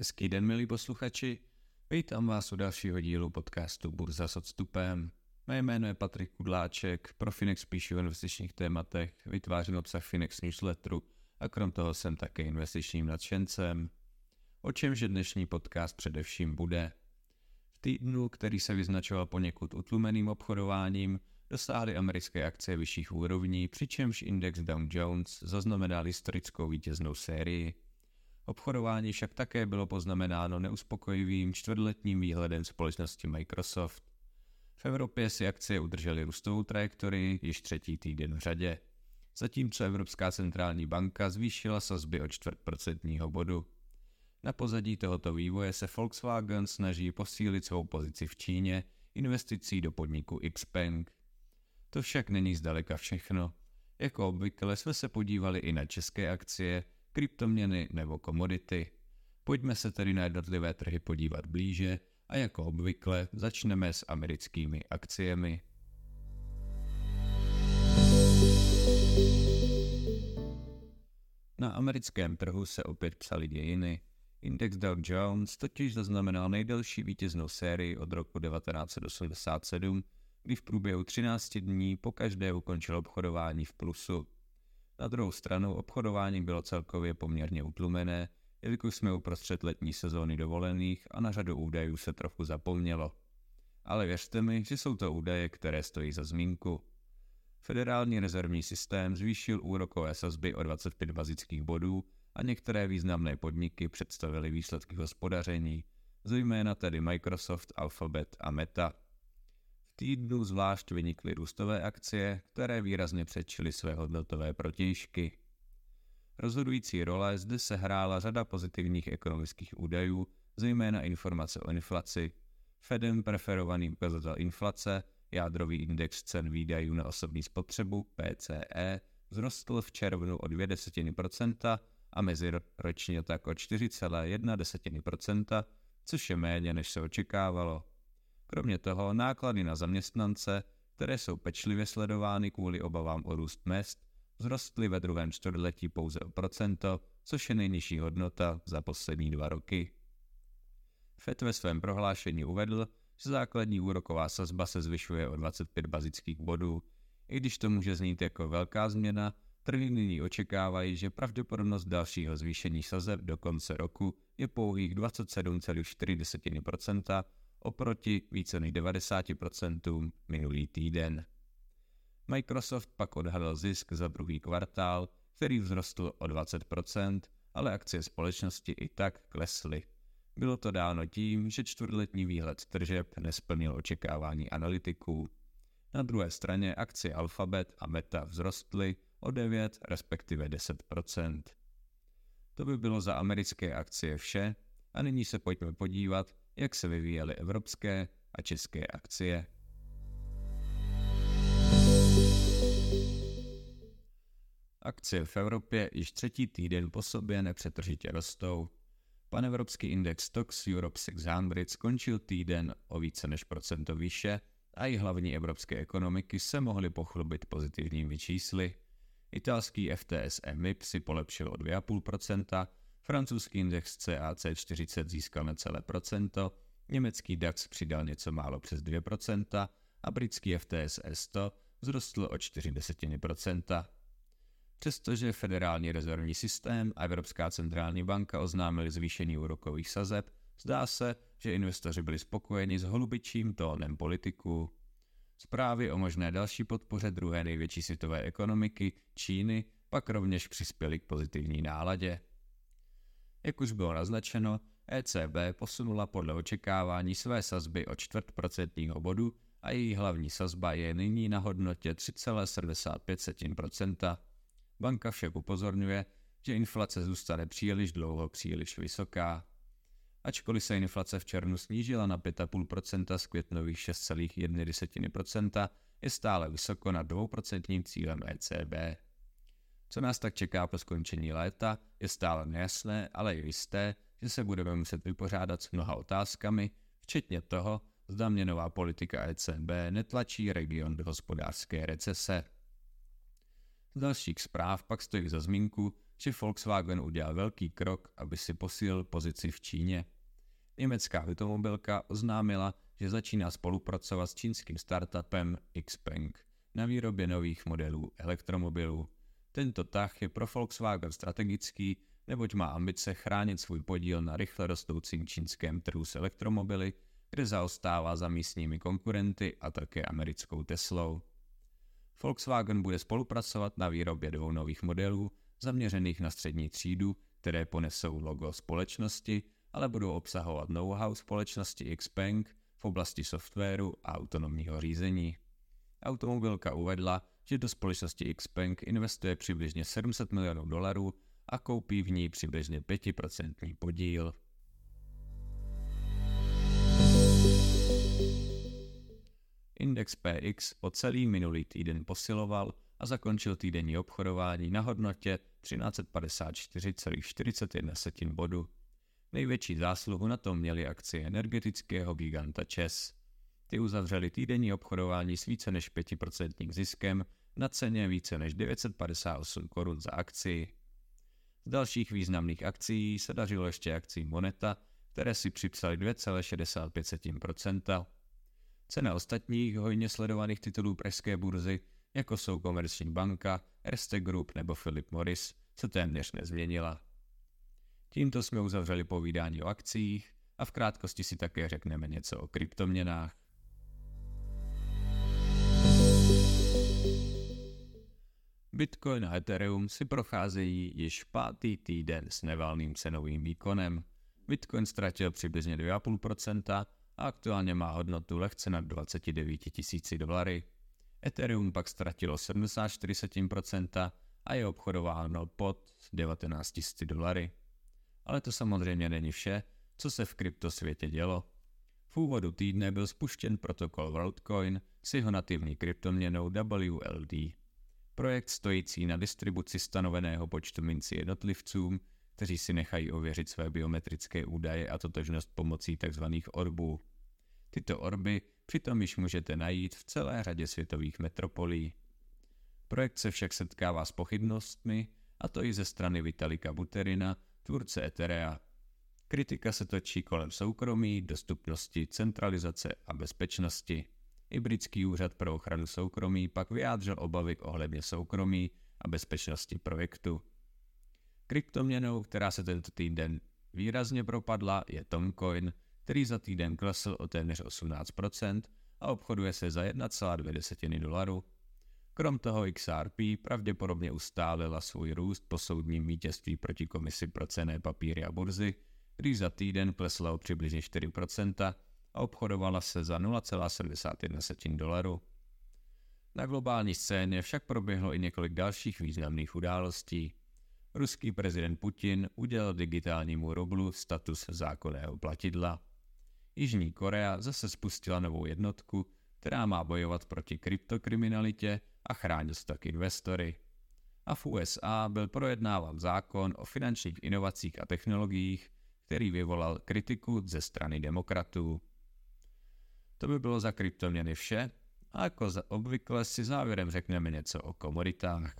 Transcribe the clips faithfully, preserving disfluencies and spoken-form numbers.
Hezký den, milí posluchači. Vítám vás u dalšího dílu podcastu Burza s odstupem. Mé jméno je Patrik Kudláček, pro Finex píšu o investičních tématech, vytvářím obsah Finex newsletteru a krom toho jsem také investičním nadšencem. O čemže dnešní podcast především bude? V týdnu, který se vyznačoval poněkud utlumeným obchodováním, dosáhly americké akcie vyšších úrovní, přičemž index Dow Jones zaznamenal historickou vítěznou sérii. Obchodování však také bylo poznamenáno neuspokojivým čtvrtletním výhledem společnosti Microsoft. V Evropě si akcie udržely růstovou trajektorii již třetí týden v řadě, zatímco Evropská centrální banka zvýšila sazby o čtvrt procentního bodu. Na pozadí tohoto vývoje se Volkswagen snaží posílit svou pozici v Číně investicí do podniku Xpeng. To však není zdaleka všechno. Jako obvykle jsme se podívali i na české akcie, kryptoměny nebo komodity. Pojďme se tedy na jednotlivé trhy podívat blíže a jako obvykle začneme s americkými akciemi. Na americkém trhu se opět psaly dějiny. Index Dow Jones totiž zaznamenal nejdelší vítěznou sérii od roku devatenáct set osmdesát sedm, kdy v průběhu třinácti dní pokaždé ukončil obchodování v plusu. Na druhou stranu obchodování bylo celkově poměrně utlumené, jelikož jsme uprostřed letní sezóny dovolených a na řadu údajů se trochu zapomnělo. Ale věřte mi, že jsou to údaje, které stojí za zmínku. Federální rezervní systém zvýšil úrokové sazby o dvacet pět bazických bodů a některé významné podniky představily výsledky hospodaření, zejména tedy Microsoft, Alphabet a Meta. V týdnu zvlášť vynikly růstové akcie, které výrazně předčily své hodnotové protějšky. Rozhodující role zde sehrála řada pozitivních ekonomických údajů, zejména informace o inflaci. Fedem preferovaný ukazatel inflace, jádrový index cen výdajů na osobní spotřebu P C E, vzrostl v červnu o dvě desetiny procenta a meziročně tak o čtyři celé jedna procenta, což je méně, než se očekávalo. Kromě toho náklady na zaměstnance, které jsou pečlivě sledovány kvůli obavám o růst mezd, vzrostly ve druhém čtvrtletí pouze o procento, což je nejnižší hodnota za poslední dva roky. Fed ve svém prohlášení uvedl, že základní úroková sazba se zvyšuje o dvacet pět bazických bodů. I když to může znít jako velká změna, trhy nyní očekávají, že pravděpodobnost dalšího zvýšení sazeb do konce roku je pouhých dvacet sedm celá čtyři procenta oproti více než devadesát procent minulý týden. Microsoft pak odhadl zisk za druhý kvartál, který vzrostl o dvacet procent, ale akcie společnosti i tak klesly. Bylo to dáno tím, že čtvrtletní výhled tržeb nesplnil očekávání analytiků. Na druhé straně akcie Alphabet a Meta vzrostly o devět, respektive deset procent. To by bylo za americké akcie vše a nyní se pojďme podívat, jak se vyvíjely evropské a české akcie. Akcie v Evropě již třetí týden po sobě nepřetržitě rostou. Panevropský index Stoxx Europe šest set skončil týden o více než procento výše a i hlavní evropské ekonomiky se mohly pochlubit pozitivními čísly. Italský F T S E M I P si polepšil o dvě celá pět procenta, francouzský index C A C čtyřicet získal necelé procento, německý DAX přidal něco málo přes dvě procenta a britský F T S E sto vzrostl o čtyři desetiny procenta. Přestože Federální rezervní systém a Evropská centrální banka oznámili zvýšení úrokových sazeb, zdá se, že investoři byli spokojeni s holubičím tónem politiků. Zprávy o možné další podpoře druhé největší světové ekonomiky, Číny, pak rovněž přispěly k pozitivní náladě. Jak už bylo naznačeno, E C B posunula podle očekávání své sazby o čtvrt procentního bodu a její hlavní sazba je nyní na hodnotě tři celá sedmdesát pět procenta. Banka však upozorňuje, že inflace zůstane příliš dlouho příliš vysoká. Ačkoliv se inflace v červnu snížila na pět celá pět procenta z květnových šest celá jedna procenta, je stále vysoko nad dvouprocentním cílem E C B. Co nás tak čeká po skončení léta, je stále nejasné, ale je jisté, že se budeme muset vypořádat s mnoha otázkami, včetně toho, zda měnová politika E C B netlačí region do hospodářské recese. Z dalších zpráv pak stojí za zmínku, že Volkswagen udělal velký krok, aby si posílil pozici v Číně. Německá automobilka oznámila, že začíná spolupracovat s čínským startupem Xpeng na výrobě nových modelů elektromobilů. Tento tah je pro Volkswagen strategický, neboť má ambice chránit svůj podíl na rychle rostoucím čínském trhu s elektromobily, kde zaostává za místními konkurenty a také americkou Teslou. Volkswagen bude spolupracovat na výrobě dvou nových modelů, zaměřených na střední třídu, které ponesou logo společnosti, ale budou obsahovat know-how společnosti Xpeng v oblasti softwaru a autonomního řízení. Automobilka uvedla, že do společnosti Xpeng investuje přibližně sedm set milionů dolarů a koupí v ní přibližně pět procent podíl. Index P X po celý minulý týden posiloval a zakončil týdenní obchodování na hodnotě třináct set padesát čtyři celá čtyřicet jedna bodu. Největší zásluhu na tom měly akcie energetického giganta ČEZ. Ty uzavřely týdenní obchodování s více než pět procent ziskem na ceně více než devět set padesát osm korun za akcii. Z dalších významných akcií se dařilo ještě akciím Moneta, které si připsaly dvě celá šedesát pět procenta. Cena ostatních hojně sledovaných titulů pražské burzy, jako jsou Komerční banka, Erste Group nebo Philip Morris, se téměř nezměnila. Tímto jsme uzavřeli povídání o akcích a v krátkosti si také řekneme něco o kryptoměnách. Bitcoin a Ethereum si procházejí již pátý týden s nevalným cenovým výkonem. Bitcoin ztratil přibližně dvě celá pět procenta a aktuálně má hodnotu lehce nad dvacet devět tisíc dolary. Ethereum pak ztratilo sedmdesát čtyři procenta a je obchodováno pod devatenáct set dolary. Ale to samozřejmě není vše, co se v kryptosvětě dělo. V úvodu týdne byl spuštěn protokol WorldCoin s jeho nativní kryptoměnou W L D. Projekt stojící na distribuci stanoveného počtu mincí jednotlivcům, kteří si nechají ověřit své biometrické údaje a totožnost pomocí tzv. Orbů. Tyto orby přitom již můžete najít v celé řadě světových metropolí. Projekt se však setkává s pochybnostmi, a to i ze strany Vitalika Buterina, tvůrce Etherea. Kritika se točí kolem soukromí, dostupnosti, centralizace a bezpečnosti. I britský úřad pro ochranu soukromí pak vyjádřil obavy ohledně soukromí a bezpečnosti projektu. Kryptoměnou, která se tento týden výrazně propadla, je Toncoin, který za týden klesl o téměř osmnáct procent a obchoduje se za jedna celá dvě dolaru. Krom toho X R P pravděpodobně ustálila svůj růst po soudním vítězství proti komisi pro cenné papíry a burzy, když za týden klesla o přibližně čtyři procenta a obchodovala se za nula celá sedmdesát jedna dolaru. Na globální scéně však proběhlo i několik dalších významných událostí. Ruský prezident Putin udělal digitálnímu rublu status zákonného platidla. Jižní Korea zase spustila novou jednotku, která má bojovat proti kryptokriminalitě a chránit tak investory. A v U S A byl projednáván zákon o finančních inovacích a technologiích, který vyvolal kritiku ze strany demokratů. To by bylo za kryptoměny vše a jako za obvykle si závěrem řekneme něco o komoditách.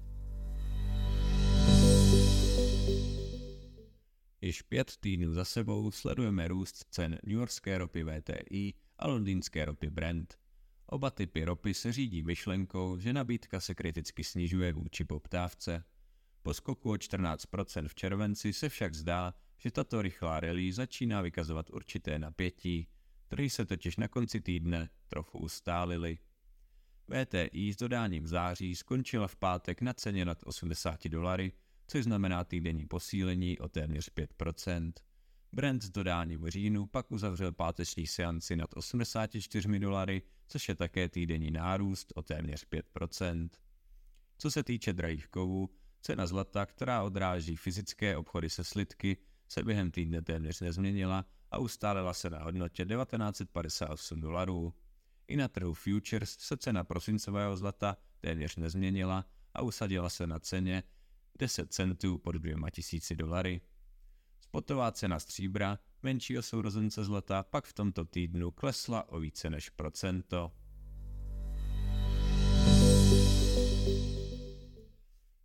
Již pět týdnů za sebou sledujeme růst cen newyorské ropy W T I a londýnské ropy Brent. Oba typy ropy se řídí myšlenkou, že nabídka se kriticky snižuje vůči poptávce. Po skoku o čtrnáct procent v červenci se však zdá, že tato rychlá rally začíná vykazovat určité napětí, trhy se totiž na konci týdne trochu ustálily. W T I s dodáním v září skončila v pátek na ceně nad osmdesát dolary, což znamená týdenní posílení o téměř pět procent. Brent s dodáním v říjnu pak uzavřel páteční seanci nad osmdesáti čtyřmi dolary, což je také týdenní nárůst o téměř pět procent. Co se týče drahých kovů, cena zlata, která odráží fyzické obchody se slitky, se během týdne téměř nezměnila a ustálila se na hodnotě devatenáct set padesát osm dolarů. I na trhu futures se cena prosincového zlata téměř nezměnila a usadila se na ceně deset centů pod dvěma tisíci dolary. Spotová cena stříbra, menšího sourozence zlata, pak v tomto týdnu klesla o více než procento.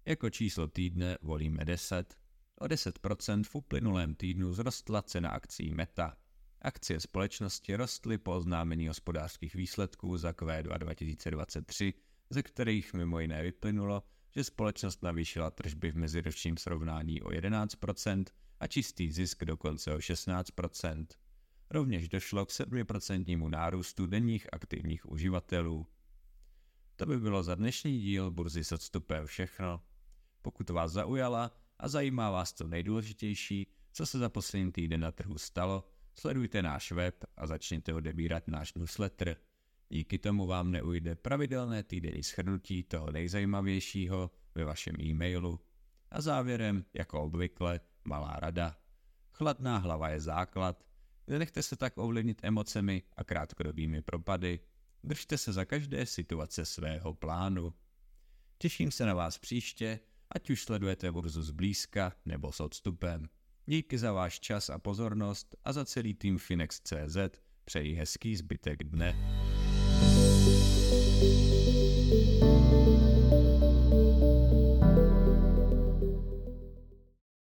Jako číslo týdne volíme deset. O deset procent v uplynulém týdnu zrostla cena akcií Meta. Akcie společnosti rostly po oznámení hospodářských výsledků za Q dva dva tisíce dvacet tři, ze kterých mimo jiné vyplynulo, že společnost navýšila tržby v meziročním srovnání o jedenáct procent a čistý zisk dokonce o šestnáct procent. Rovněž došlo k sedm procent nárůstu denních aktivních uživatelů. To by bylo za dnešní díl Burzy s odstupem všechno. Pokud vás zaujala a zajímá vás to nejdůležitější, co se za poslední týden na trhu stalo, sledujte náš web a začněte odebírat náš newsletter. Díky tomu vám neujde pravidelné týdenní shrnutí toho nejzajímavějšího ve vašem e-mailu. A závěrem, jako obvykle, malá rada. Chladná hlava je základ, nenechte se tak ovlivnit emocemi a krátkodobými propady. Držte se za každé situace svého plánu. Těším se na vás příště, ať už sledujete burzu zblízka nebo s odstupem. Díky za váš čas a pozornost a za celý tým Finex tečka cé zet přeji hezký zbytek dne.